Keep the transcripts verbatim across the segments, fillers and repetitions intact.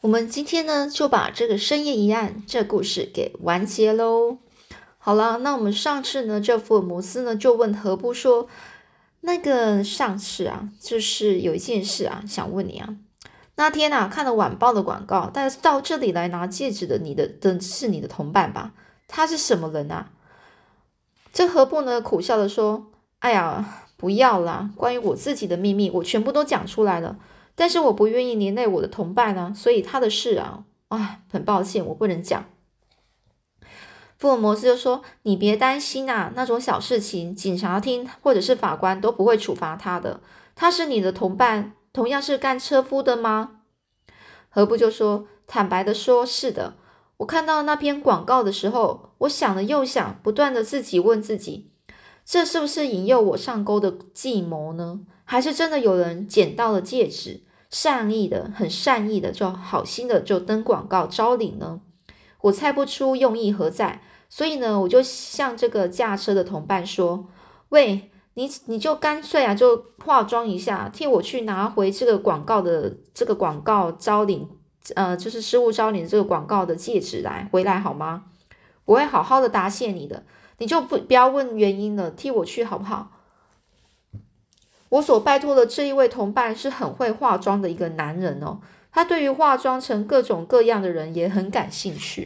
我们今天呢就把这个深夜疑案这故事给完结喽。好了，那我们上次呢，这福尔摩斯呢就问何布说，那个上次啊，就是有一件事啊，想问你啊。那天啊，看了晚报的广告，但是到这里来拿戒指的你的的是你的同伴吧？他是什么人啊？这何布呢苦笑的说：“哎呀，不要啦，关于我自己的秘密，我全部都讲出来了。但是我不愿意连累我的同伴啊，所以他的事啊，啊，很抱歉，我不能讲。”福尔摩斯就说：“你别担心啊，那种小事情，警察厅或者是法官都不会处罚他的。他是你的同伴，同样是干车夫的吗？”何布就说：“坦白的说，是的。我看到那篇广告的时候，我想了又想，不断的自己问自己，这是不是引诱我上钩的计谋呢？还是真的有人捡到了戒指，善意的、很善意的，就好心的就登广告招领呢？我猜不出用意何在，所以呢，我就向这个驾车的同伴说：喂，你你就干脆啊，就化妆一下，替我去拿回这个广告的这个广告招领，呃，就是失物招领这个广告的戒指来回来好吗？我会好好的答谢你的，你就不不要问原因了，替我去好不好？我所拜托的这一位同伴是很会化妆的一个男人哦，他对于化妆成各种各样的人也很感兴趣。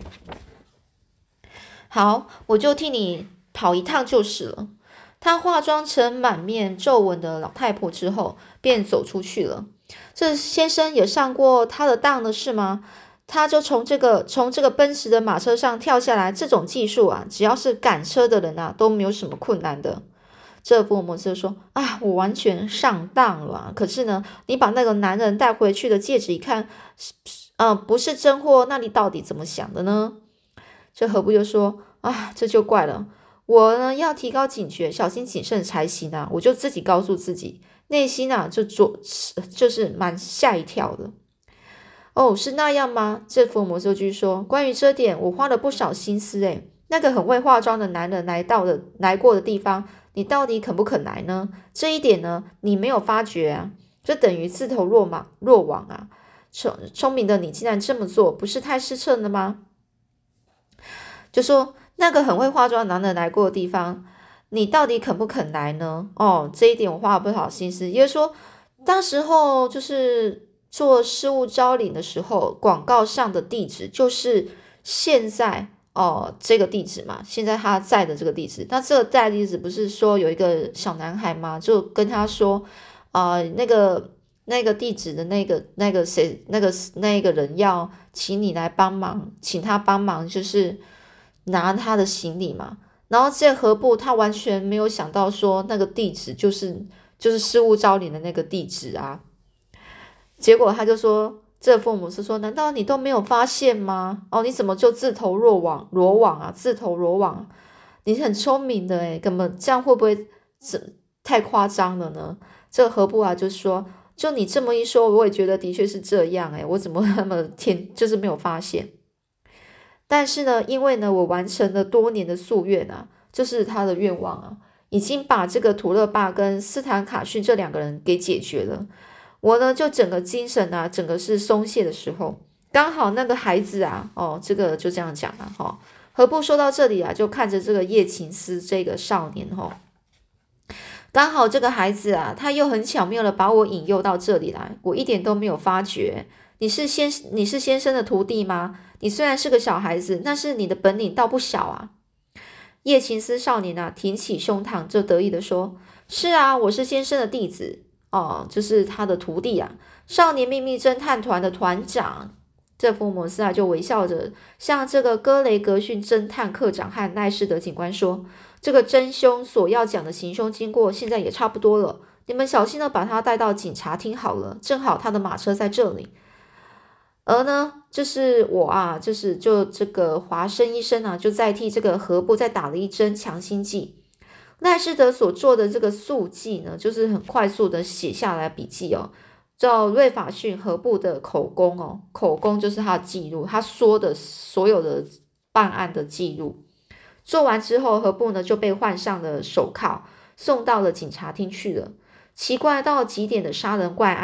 好，我就替你跑一趟就是了。”她化妆成满面皱纹的老太婆之后，便走出去了。这先生也上过他的当的是吗？他就从这个从这个奔驰的马车上跳下来，这种技术啊，只要是赶车的人啊，都没有什么困难的。这福尔摩斯说：“啊，我完全上当了啊。可是呢，你把那个男人带回去的戒指一看，嗯、呃，不是真货，那你到底怎么想的呢？”这何不就说：“啊，这就怪了。我呢要提高警觉，小心谨慎才行啊！我就自己告诉自己，内心啊就左就是蛮吓一跳的。”哦，是那样吗？这福尔摩斯继续说：“关于这点，我花了不少心思。诶，那个很会化妆的男人来到的来过的地方，你到底肯不肯来呢？这一点呢，你没有发觉啊？这等于自投落网落网啊！聪聪明的你竟然这么做，不是太失策了吗？”就说那个很会化妆的男人来过的地方，你到底肯不肯来呢？哦，这一点我花了不少心思。也就是说，当时候就是做失物招领的时候，广告上的地址就是现在哦这个地址嘛，现在他在的这个地址。那这个在的地址不是说有一个小男孩吗？就跟他说，啊、呃，那个那个地址的那个那个谁那个那个人要请你来帮忙，请他帮忙就是。拿他的行李嘛，然后这何布他完全没有想到说那个地址就是就是失物招领的那个地址啊，结果他就说，这福尔摩斯说，难道你都没有发现吗？哦，你怎么就自投罗网罗网啊？自投罗网啊，你很聪明的诶，根本这样会不会太夸张了呢？这何布啊就说，就你这么一说，我也觉得的确是这样诶，我怎么那么天就是没有发现？但是呢，因为呢，我完成了多年的夙愿啊，这是他的愿望啊，已经把这个图勒巴跟斯坦卡逊这两个人给解决了。我呢，就整个精神啊，整个是松懈的时候，刚好那个孩子啊，哦，这个就这样讲了哈、哦。何布说到这里啊，就看着这个叶琴斯这个少年哈、哦，刚好这个孩子啊，他又很巧妙的把我引诱到这里来，我一点都没有发觉。你是先你是先生的徒弟吗？你虽然是个小孩子，但是你的本领倒不小啊。叶琴斯少年啊，挺起胸膛，就得意的说：“是啊，我是先生的弟子哦，就是他的徒弟啊，少年秘密侦探团的团长。”这福尔摩斯啊，就微笑着向这个格雷格逊侦探课长和奈士德警官说：“这个真凶所要讲的行凶经过，现在也差不多了。你们小心的把他带到警察厅好了，正好他的马车在这里。”而呢，就是我啊，就是就这个华生医生啊，就在替这个何布再打了一针强心剂。赖士德所做的这个速记呢，就是很快速的写下来笔记哦，照瑞法逊何布的口供哦，口供就是他的记录，他说的所有的办案的记录。做完之后，何布呢就被换上了手铐，送到了警察厅去了。奇怪到极点的杀人怪案。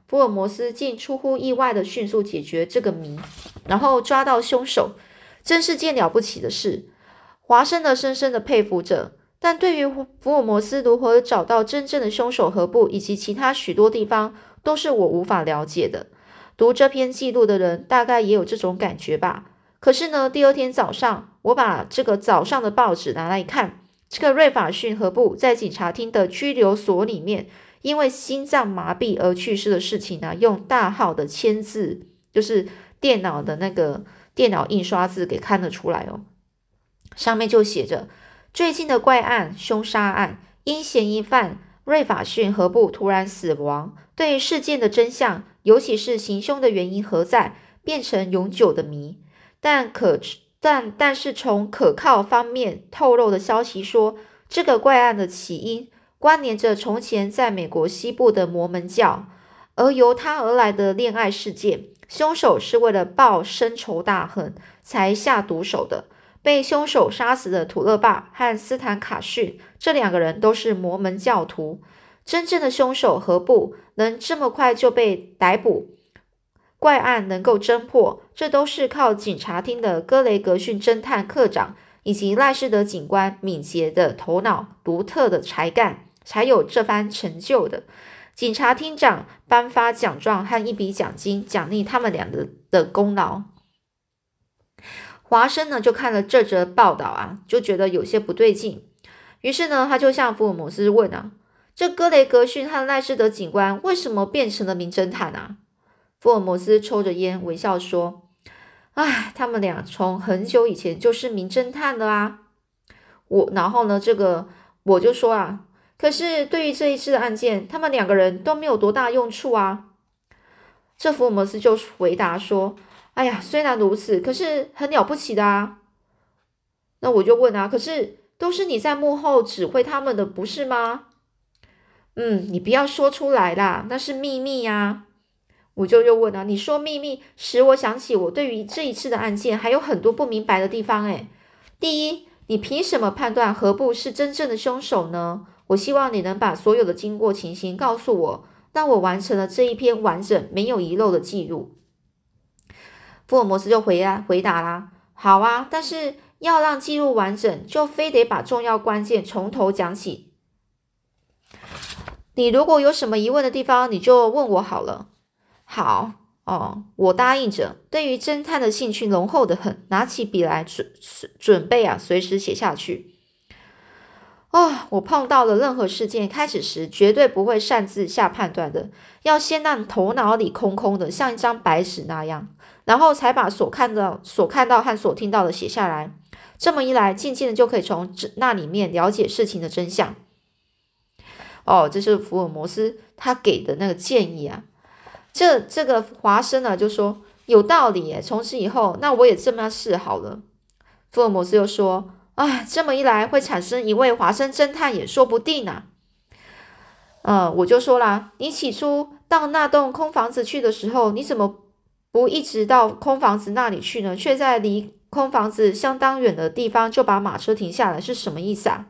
福尔摩斯竟出乎意外的迅速解决这个谜，然后抓到凶手，真是件了不起的事。华生呢深深的佩服着，但对于福尔摩斯如何找到真正的凶手何不以及其他许多地方，都是我无法了解的。读这篇记录的人大概也有这种感觉吧。可是呢，第二天早上，我把这个早上的报纸拿来看，这个瑞法逊和布在警察厅的拘留所里面，因为心脏麻痹而去世的事情呢，用大号的签字，就是电脑的那个电脑印刷字给看了出来哦。上面就写着：最近的怪案凶杀案，因嫌疑犯瑞法逊和布突然死亡，对事件的真相，尤其是行凶的原因何在，变成永久的谜。但可但但是从可靠方面透露的消息说，这个怪案的起因关联着从前在美国西部的摩门教，而由他而来的恋爱事件。凶手是为了报深仇大恨才下毒手的。被凶手杀死的土勒霸和斯坦卡逊这两个人都是摩门教徒。真正的凶手何不能这么快就被逮捕，怪案能够侦破，这都是靠警察厅的格雷格逊侦探科长以及赖士德警官敏捷的头脑、独特的才干才有这番成就的。警察厅长颁发奖状和一笔奖金奖励他们俩的的功劳。华生呢就看了这则报道啊，就觉得有些不对劲，于是呢他就向福尔摩斯问啊，这格雷格逊和赖士德警官为什么变成了名侦探啊？福尔摩斯抽着烟微笑说，哎，他们俩从很久以前就是名侦探了啊。我然后呢这个我就说啊，可是对于这一次的案件，他们两个人都没有多大用处啊。这福尔摩斯就回答说，哎呀，虽然如此，可是很了不起的啊。那我就问啊，可是都是你在幕后指挥他们的，不是吗？嗯，你不要说出来啦，那是秘密啊。我就又问啊，你说秘密，使我想起我对于这一次的案件还有很多不明白的地方诶。第一，你凭什么判断何不是真正的凶手呢？我希望你能把所有的经过情形告诉我，让我完成了这一篇完整没有遗漏的记录。福尔摩斯就回答回答啦，好啊，但是要让记录完整，就非得把重要关键从头讲起。你如果有什么疑问的地方，你就问我好了。好哦，我答应着。对于侦探的兴趣浓厚得很，拿起笔来准准备啊，随时写下去。哦，我碰到了任何事件开始时，绝对不会擅自下判断的，要先让头脑里空空的，像一张白纸那样，然后才把所看到、所看到和所听到的写下来。这么一来，渐渐的就可以从那里面了解事情的真相。哦，这是福尔摩斯他给的那个建议啊。这这个华生呢就说有道理耶，从此以后，那我也这么试好了。福尔摩斯又说，哎，这么一来会产生一位华生侦探也说不定啊。呃，我就说啦，你起初到那栋空房子去的时候，你怎么不一直到空房子那里去呢？却在离空房子相当远的地方就把马车停下来，是什么意思啊？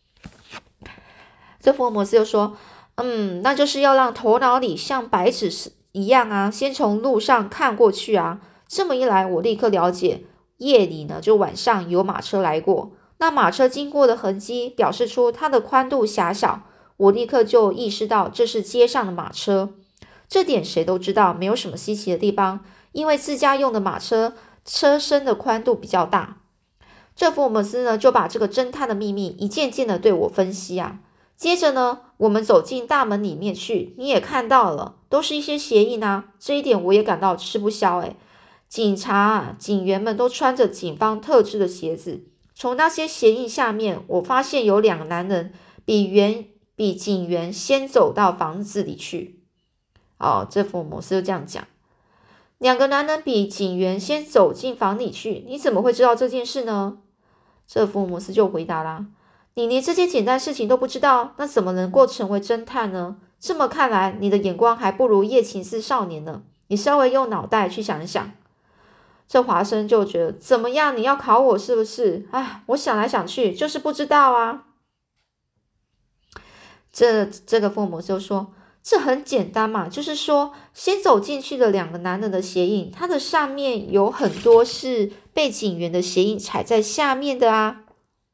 这福尔摩斯又说，嗯，那就是要让头脑里像白纸一样啊，先从路上看过去啊。这么一来，我立刻了解，夜里呢，就晚上有马车来过，那马车经过的痕迹表示出它的宽度狭小，我立刻就意识到这是街上的马车。这点谁都知道，没有什么稀奇的地方，因为自家用的马车车身的宽度比较大。这福尔摩斯呢，就把这个侦探的秘密一件件的对我分析啊。接着呢，我们走进大门里面去，你也看到了，都是一些鞋印啊，这一点我也感到吃不消诶。警察啊，警员们都穿着警方特制的鞋子，从那些鞋印下面，我发现有两个男人比员比警员先走到房子里去。哦，这福尔摩斯就这样讲，两个男人比警员先走进房里去，你怎么会知道这件事呢？这福尔摩斯就回答啦，你连这些简单事情都不知道，那怎么能够成为侦探呢？这么看来，你的眼光还不如叶琴斯少年呢。你稍微用脑袋去想一想。这华生就觉得怎么样？你要考我是不是？哎，我想来想去，就是不知道啊。这这个福尔摩斯就说， 这很简单嘛，就是说，先走进去的两个男人的鞋印，它的上面有很多是被警员的鞋印踩在下面的啊。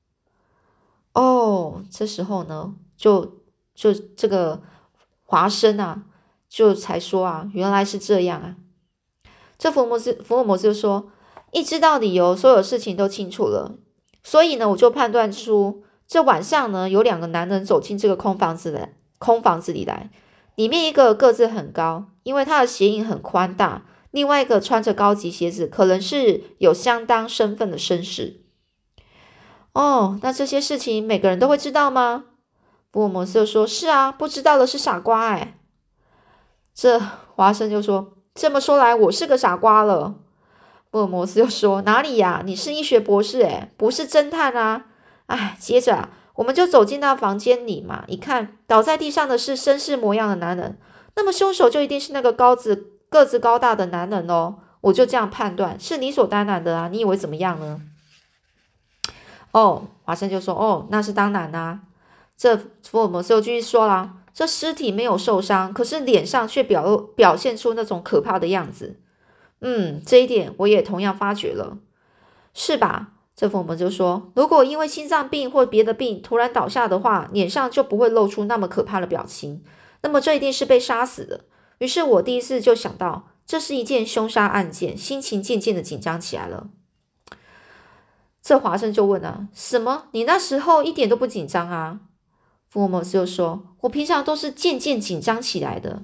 哦，这时候呢，就就这个华生啊，就才说啊，原来是这样啊。这福尔摩斯福尔摩斯就说，一知道理由，所有事情都清楚了，所以呢，我就判断出这晚上呢，有两个男人走进这个空房子来，空房子里来。里面一个个子很高，因为他的鞋印很宽大；另外一个穿着高级鞋子，可能是有相当身份的绅士。哦，那这些事情每个人都会知道吗？福尔摩斯就说：“是啊，不知道的是傻瓜。”哎，这华生就说：“这么说来，我是个傻瓜了。”福尔摩斯就说：“哪里呀？你是医学博士，诶，不是侦探啊！”哎，接着啊，我们就走进那房间里嘛，一看倒在地上的是绅士模样的男人，那么凶手就一定是那个高子个子高大的男人哦。我就这样判断，是理所当然的啊！你以为怎么样呢？哦，华生就说：“哦，那是当然啊。”这福尔摩斯又继续说啦：“这尸体没有受伤，可是脸上却表表现出那种可怕的样子。嗯，这一点我也同样发觉了，是吧？”这福尔摩斯就说：“如果因为心脏病或别的病突然倒下的话，脸上就不会露出那么可怕的表情，那么这一定是被杀死的。”于是我第一次就想到，这是一件凶杀案件，心情渐渐的紧张起来了。这华生就问啊：“什么？你那时候一点都不紧张啊？”福尔摩斯就说：“我平常都是渐渐紧张起来的。”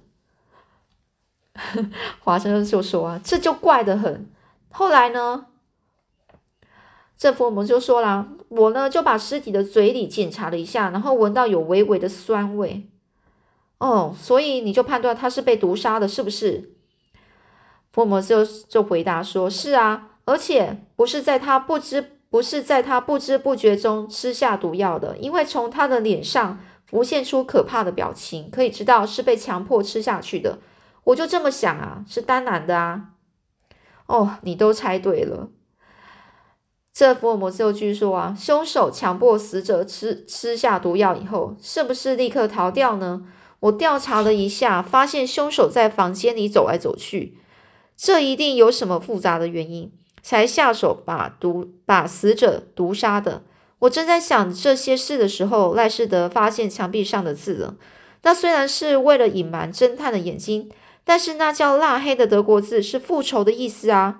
华生就说啊：“这就怪得很。”后来呢，这福尔摩斯就说啦：“我呢就把尸体的嘴里检查了一下，然后闻到有微微的酸味。哦，所以你就判断他是被毒杀的，是不是？”福尔摩斯就就回答说：“是啊，而且不是在他不知。”不是在他不知不觉中吃下毒药的，因为从他的脸上浮现出可怕的表情，可以知道是被强迫吃下去的。我就这么想啊，是当然的啊。哦，你都猜对了。这福尔摩斯又继续说啊，凶手强迫死者吃吃下毒药以后，是不是立刻逃掉呢？我调查了一下，发现凶手在房间里走来走去，这一定有什么复杂的原因。才下手把毒把死者毒杀的。我正在想这些事的时候，赖士德发现墙壁上的字了。那虽然是为了隐瞒侦探的眼睛，但是那叫蜡黑的德国字是复仇的意思啊。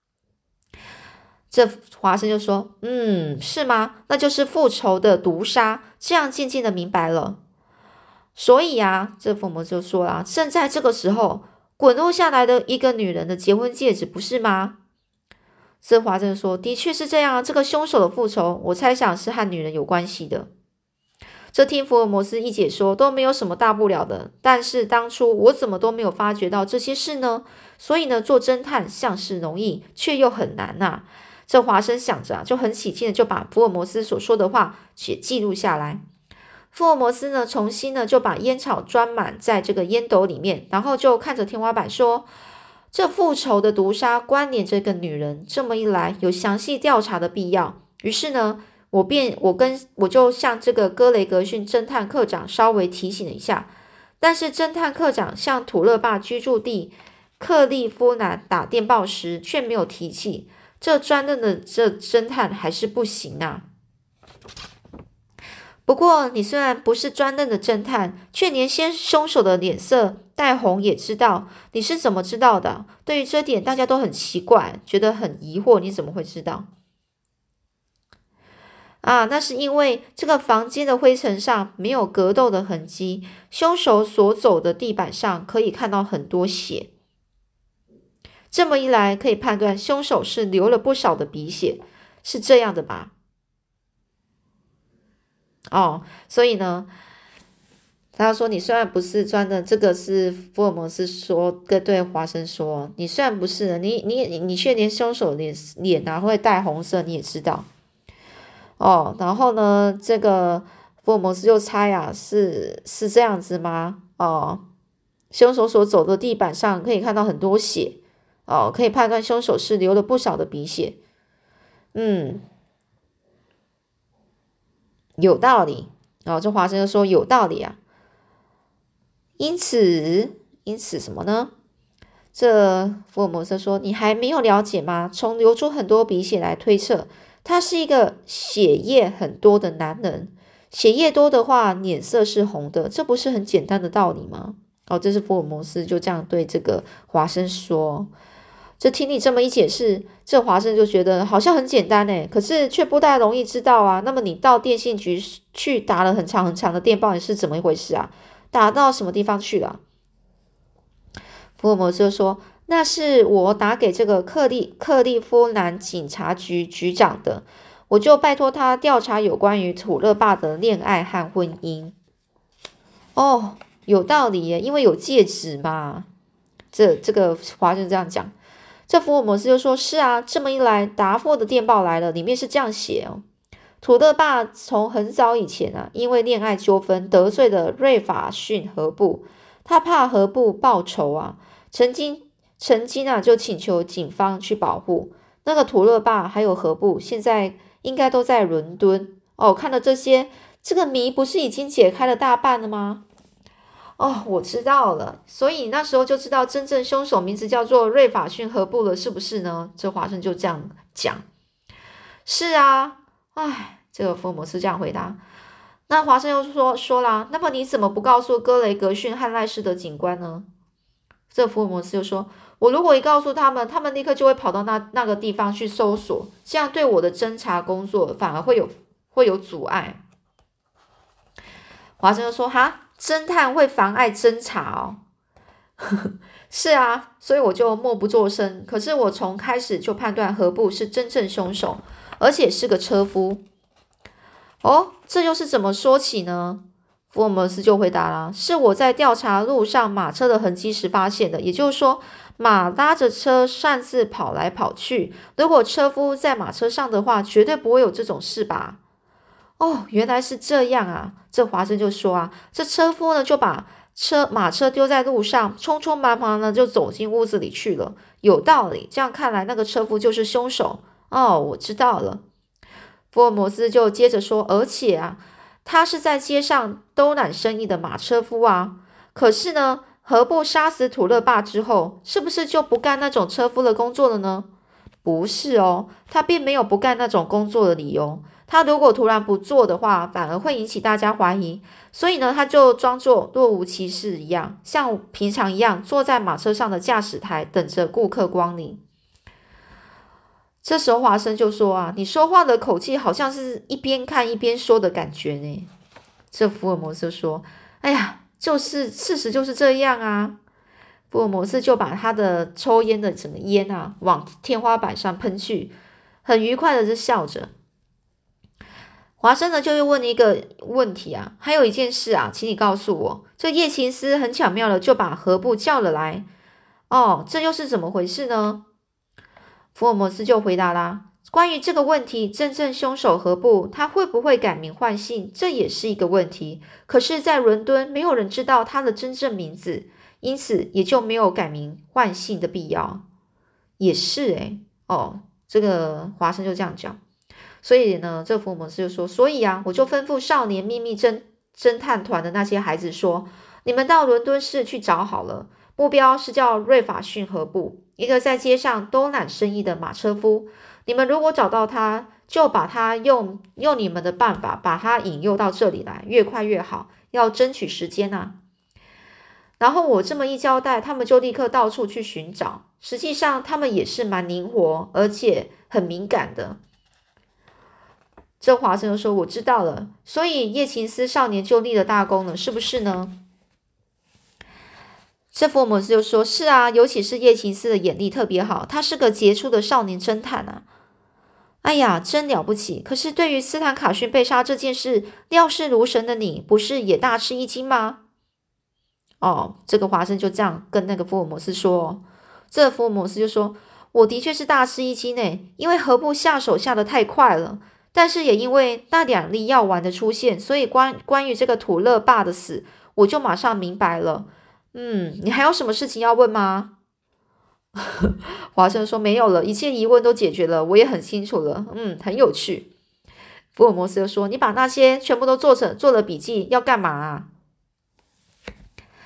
这华生就说：“嗯，是吗？那就是复仇的毒杀。”这样渐渐的明白了。所以啊，这福尔摩斯就说啦：“正在这个时候，滚落下来的一个女人的结婚戒指，不是吗？”这华生说：“的确是这样，这个凶手的复仇，我猜想是和女人有关系的。”这听福尔摩斯一解说都没有什么大不了的，但是当初我怎么都没有发觉到这些事呢？所以呢，做侦探像是容易，却又很难呐、啊。这华生想着、啊，就很起劲的就把福尔摩斯所说的话写记录下来。福尔摩斯呢，重新呢就把烟草装满在这个烟斗里面，然后就看着天花板说。这复仇的毒杀关联这个女人，这么一来有详细调查的必要。于是呢，我便我跟我就向这个格雷格逊侦探课长稍微提醒了一下，但是侦探课长向土勒坝居住地克利夫兰打电报时却没有提起，这专任的这侦探还是不行啊。不过，你虽然不是专任的侦探，却连先凶手的脸色带红也知道，你是怎么知道的？对于这点，大家都很奇怪，觉得很疑惑，你怎么会知道？啊，那是因为这个房间的灰尘上没有格斗的痕迹，凶手所走的地板上可以看到很多血。这么一来，可以判断凶手是流了不少的鼻血，是这样的吧？哦，所以呢，他说你虽然不是专的，这个是福尔摩斯说跟对华生说，你虽然不是，你你你却连凶手脸脸啊会带红色，你也知道哦。然后呢，这个福尔摩斯就猜啊，是是这样子吗？哦，凶手所走的地板上可以看到很多血哦，可以判断凶手是流了不少的鼻血。嗯。有道理哦，这华生就说有道理啊。 因此，因此什么呢？这福尔摩斯说：“你还没有了解吗？从流出很多鼻血来推测，他是一个血液很多的男人。血液多的话，脸色是红的，这不是很简单的道理吗？”哦，这是福尔摩斯就这样对这个华生说。这听你这么一解释，这华生就觉得好像很简单诶，可是却不太容易知道啊。那么你到电信局去打了很长很长的电报，你是怎么一回事啊？打到什么地方去了？福尔摩斯就说：“那是我打给这个克利克利夫兰警察局局长的，我就拜托他调查有关于土勒爸的恋爱和婚姻。”哦，有道理耶，因为有戒指嘛。这这个华生这样讲，这福尔摩斯就说：“是啊，这么一来，达佛的电报来了，里面是这样写哦。土勒爸从很早以前啊，因为恋爱纠纷得罪了瑞法逊河部，他怕河部报仇啊。”曾经，曾经啊，就请求警方去保护那个土勒爸，还有河部，现在应该都在伦敦哦。看了这些，这个谜不是已经解开了大半了吗？哦，我知道了，所以那时候就知道真正凶手名字叫做瑞法逊河部了，是不是呢？这华生就这样讲。是啊，哎，这个福尔摩斯这样回答。那华生又说说啦，那么你怎么不告诉格雷格逊和赖士德警官呢？这福尔摩斯就说：“我如果一告诉他们，他们立刻就会跑到那那个地方去搜索，这样对我的侦查工作反而会有会有阻碍。”华生就说：“哈，侦探会妨碍侦查哦。”是啊，所以我就默不作声。可是我从开始就判断何布是真正凶手，而且是个车夫。哦，这又是怎么说起呢？福尔摩斯就回答了：“是我在调查路上马车的痕迹时发现的。也就是说，马拉着车擅自跑来跑去。如果车夫在马车上的话，绝对不会有这种事吧？”哦，原来是这样啊！这华生就说啊，这车夫呢就把车马车丢在路上，匆匆忙忙呢就走进屋子里去了。有道理，这样看来，那个车夫就是凶手。哦，我知道了。福尔摩斯就接着说，而且啊。他是在街上兜揽生意的马车夫啊，可是呢，何布杀死土勒爸之后，是不是就不干那种车夫的工作了呢？不是哦，他并没有不干那种工作的理由。他如果突然不做的话，反而会引起大家怀疑，所以呢，他就装作若无其事一样，像平常一样坐在马车上的驾驶台，等着顾客光临。这时候华生就说啊，你说话的口气好像是一边看一边说的感觉呢。这福尔摩斯说，哎呀，就是事实就是这样啊。福尔摩斯就把他的抽烟的整个烟啊往天花板上喷去，很愉快的就笑着。华生呢就又问一个问题啊，还有一件事啊，请你告诉我，这叶琴斯很巧妙的就把何布叫了来。哦，这又是怎么回事呢？福尔摩斯就回答啦，关于这个问题，真正凶手何布他会不会改名换姓，这也是一个问题。可是，在伦敦没有人知道他的真正名字，因此也就没有改名换姓的必要。也是诶，哦，这个华生就这样讲。所以呢，这福尔摩斯就说，所以啊，我就吩咐少年秘密侦侦探团的那些孩子说，你们到伦敦市去找好了，目标是叫瑞法逊何布。一个在街上兜揽生意的马车夫，你们如果找到他，就把他用用你们的办法把他引诱到这里来，越快越好，要争取时间啊。然后我这么一交代，他们就立刻到处去寻找。实际上，他们也是蛮灵活，而且很敏感的。这华生就说：“我知道了，所以叶琴斯少年就立了大功了，是不是呢？”这福尔摩斯就说：“是啊，尤其是叶琴斯的眼力特别好，他是个杰出的少年侦探啊！哎呀，真了不起！可是对于斯坦卡逊被杀这件事，料事如神的你，不是也大吃一惊吗？”哦，这个华生就这样跟那个福尔摩斯说。这个福尔摩斯就说：“我的确是大吃一惊诶，因为何布下手下得太快了，但是也因为那两粒药丸的出现，所以关关于这个土勒爸的死，我就马上明白了。嗯，你还有什么事情要问吗？”华生说：“没有了，一切疑问都解决了，我也很清楚了。嗯，很有趣。”福尔摩斯又说：“你把那些全部都做成做了笔记，要干嘛啊？”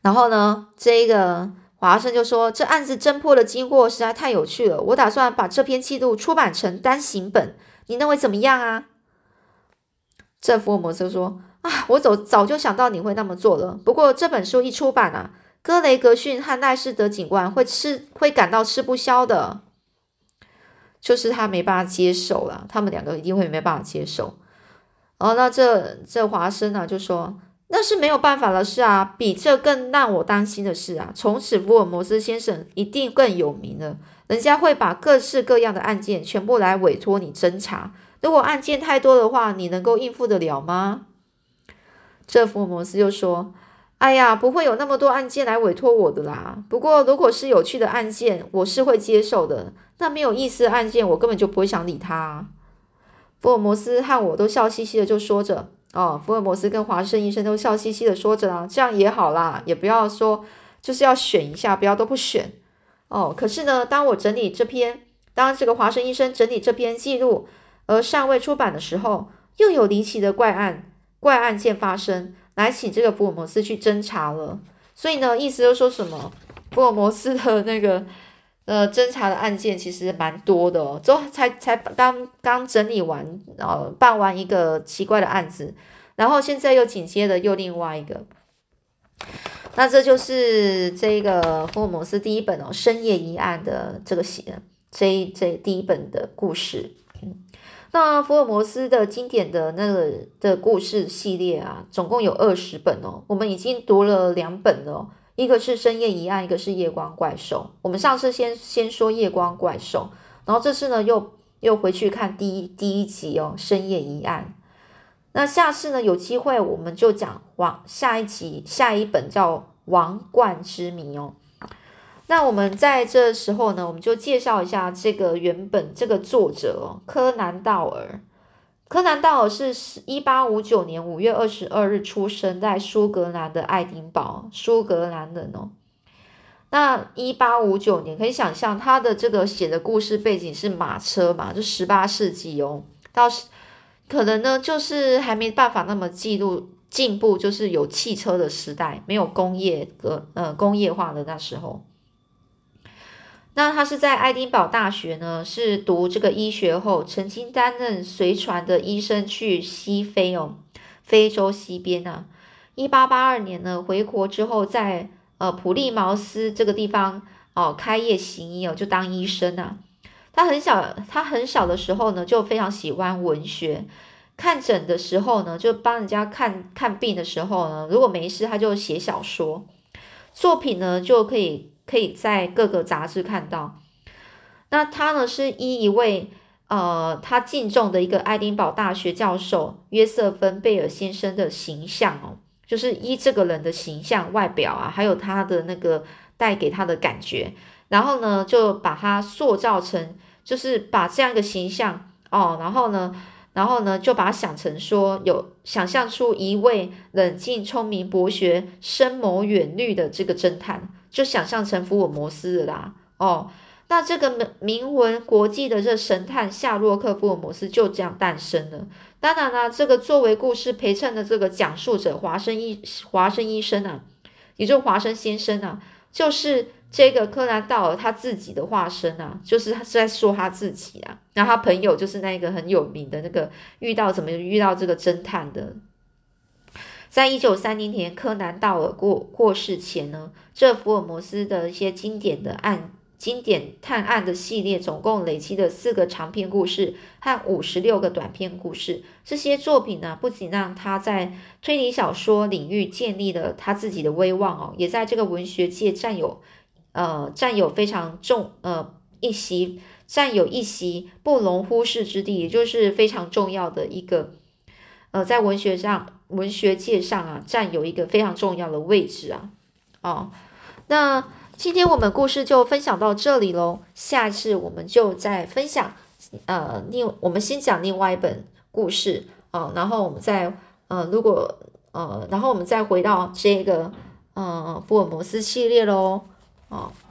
然后呢，这个华生就说，这案子侦破的经过实在太有趣了，我打算把这篇记录出版成单行本，你认为怎么样啊？这福尔摩斯说，啊，我早早就想到你会那么做了，不过这本书一出版啊，格雷格逊和赖士德警官会吃会感到吃不消的，就是他没办法接受了，他们两个一定会没办法接受。然后那这这华生啊就说，那是没有办法的事啊，比这更让我担心的是啊，从此福尔摩斯先生一定更有名了，人家会把各式各样的案件全部来委托你侦查，如果案件太多的话，你能够应付得了吗？这福尔摩斯就说，哎呀，不会有那么多案件来委托我的啦，不过如果是有趣的案件，我是会接受的，那没有意思的案件，我根本就不会想理他啊。福尔摩斯和我都笑嘻嘻的就说着，哦，福尔摩斯跟华生医生都笑嘻嘻的说着啊，这样也好啦，也不要说就是要选一下，不要都不选哦。可是呢，当我整理这篇，当这个华生医生整理这篇记录而尚未出版的时候，又有离奇的怪案怪案件发生，来请这个福尔摩斯去侦查了。所以呢，意思就是说什么，福尔摩斯的那个呃，侦查的案件其实蛮多的哦，之后才才刚刚整理完，呃，办完一个奇怪的案子，然后现在又紧接着又另外一个，那这就是这个福尔摩斯第一本哦，深夜疑案的这个写这这第一本的故事。嗯，那福尔摩斯的经典的那个的故事系列啊，总共有二十本哦，我们已经读了两本了哦。一个是深夜疑案，一个是夜光怪兽。我们上次先先说夜光怪兽，然后这次呢又又回去看第一第一集哦，深夜疑案。那下次呢有机会我们就讲王下一集下一本叫王冠之谜哦。那我们在这时候呢，我们就介绍一下这个原本这个作者哦，柯南道尔。柯南道尔是一八五九年五月二十二日出生在苏格兰的爱丁堡，苏格兰人哦。那一八五九年可以想象他的这个写的故事背景是马车嘛，就十八世纪哦，到可能呢就是还没办法那么记录进步，就是有汽车的时代，没有工业呃呃工业化的那时候。那他是在爱丁堡大学呢，是读这个医学后，曾经担任随船的医生去西非哦，非洲西边啊。一八八二年呢，回国之后在呃普利茅斯这个地方哦开业行医哦，就当医生啊。他很小，他很小的时候呢，就非常喜欢文学。看诊的时候呢，就帮人家看看病的时候呢，如果没事，他就写小说，作品呢就可以。可以在各个杂志看到。那他呢是依一位呃他敬重的一个爱丁堡大学教授约瑟芬贝尔先生的形象哦，就是依这个人的形象外表啊，还有他的那个带给他的感觉，然后呢就把他塑造成，就是把这样一个形象哦，然后呢然后呢就把它想成说，有想象出一位冷静聪明博学深谋远虑的这个侦探，就想象成福尔摩斯的啦哦。那这个名闻国际的这神探夏洛克福尔摩斯就这样诞生了。当然啦，这个作为故事陪衬的这个讲述者华生医华生医生啊，也就是华生先生啊，就是这个柯南道尔他自己的化身啊，就是他是在说他自己啊。然后他朋友就是那个很有名的那个遇到怎么遇到这个侦探的。在一九三零年柯南道尔过过世前呢，这福尔摩斯的一些经典的案经典探案的系列总共累积了四个长篇故事和五十六个短篇故事。这些作品呢，不仅让他在推理小说领域建立了他自己的威望哦，也在这个文学界占有呃占有非常重呃一席占有一席不容忽视之地，也就是非常重要的一个呃在文学上文学界上啊占有一个非常重要的位置啊哦。那今天我们故事就分享到这里咯，下一次我们就再分享呃另我们先讲另外一本故事哦，然后我们再呃如果呃然后我们再回到这个呃福尔摩斯系列咯哦。